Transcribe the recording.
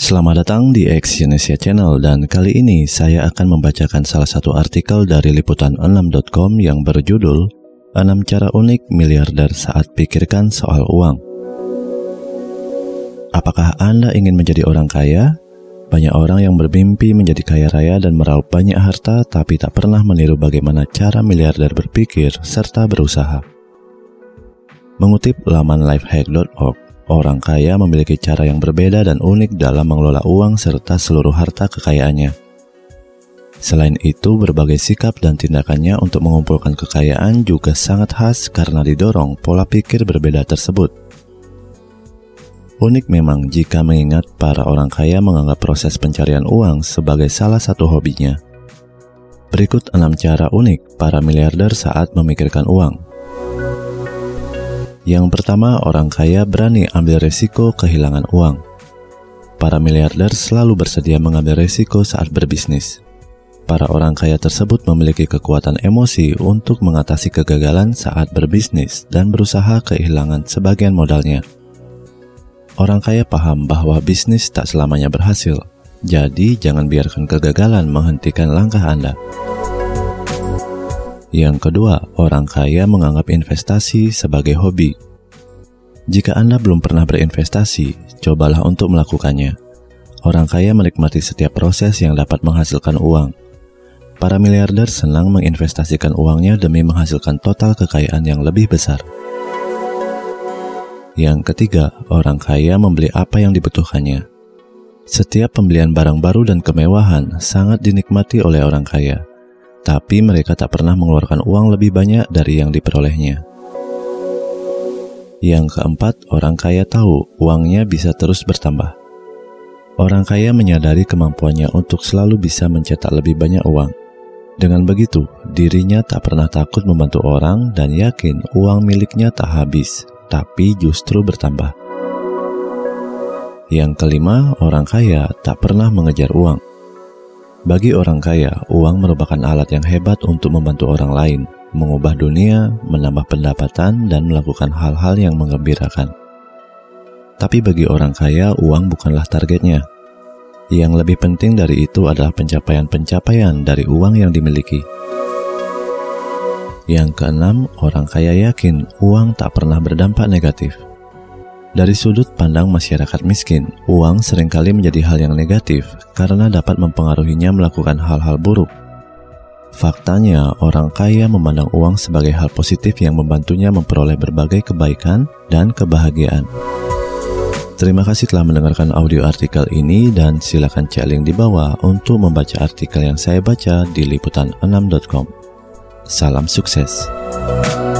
Selamat datang di Exyonesia Channel dan kali ini saya akan membacakan salah satu artikel dari liputan6.com yang berjudul 6 cara unik miliarder saat pikirkan soal uang. Apakah Anda ingin menjadi orang kaya? Banyak orang yang bermimpi menjadi kaya raya dan meraup banyak harta tapi tak pernah meniru bagaimana cara miliarder berpikir serta berusaha. Mengutip laman lifehack.org, orang kaya memiliki cara yang berbeda dan unik dalam mengelola uang serta seluruh harta kekayaannya. Selain itu, berbagai sikap dan tindakannya untuk mengumpulkan kekayaan juga sangat khas karena didorong pola pikir berbeda tersebut. Unik memang jika mengingat para orang kaya menganggap proses pencarian uang sebagai salah satu hobinya. Berikut 6 cara unik para miliarder saat memikirkan uang. Yang pertama, orang kaya berani ambil resiko kehilangan uang. Para miliarder selalu bersedia mengambil resiko saat berbisnis. Para orang kaya tersebut memiliki kekuatan emosi untuk mengatasi kegagalan saat berbisnis dan berusaha kehilangan sebagian modalnya. Orang kaya paham bahwa bisnis tak selamanya berhasil, jadi jangan biarkan kegagalan menghentikan langkah Anda. Yang kedua, orang kaya menganggap investasi sebagai hobi. Jika Anda belum pernah berinvestasi, cobalah untuk melakukannya. Orang kaya menikmati setiap proses yang dapat menghasilkan uang. Para miliarder senang menginvestasikan uangnya demi menghasilkan total kekayaan yang lebih besar. Yang ketiga, orang kaya membeli apa yang dibutuhkannya. Setiap pembelian barang baru dan kemewahan sangat dinikmati oleh orang kaya. Tapi mereka tak pernah mengeluarkan uang lebih banyak dari yang diperolehnya. Yang keempat, orang kaya tahu uangnya bisa terus bertambah. Orang kaya menyadari kemampuannya untuk selalu bisa mencetak lebih banyak uang. Dengan begitu, dirinya tak pernah takut membantu orang dan yakin uang miliknya tak habis, tapi justru bertambah. Yang kelima, orang kaya tak pernah mengejar uang. Bagi orang kaya, uang merupakan alat yang hebat untuk membantu orang lain, mengubah dunia, menambah pendapatan, dan melakukan hal-hal yang menggembirakan. Tapi bagi orang kaya, uang bukanlah targetnya. Yang lebih penting dari itu adalah pencapaian-pencapaian dari uang yang dimiliki. Yang keenam, orang kaya yakin uang tak pernah berdampak negatif. Dari sudut pandang masyarakat miskin, uang seringkali menjadi hal yang negatif karena dapat mempengaruhinya melakukan hal-hal buruk. Faktanya, orang kaya memandang uang sebagai hal positif yang membantunya memperoleh berbagai kebaikan dan kebahagiaan. Terima kasih telah mendengarkan audio artikel ini dan silakan cek link di bawah untuk membaca artikel yang saya baca di liputan6.com. Salam sukses.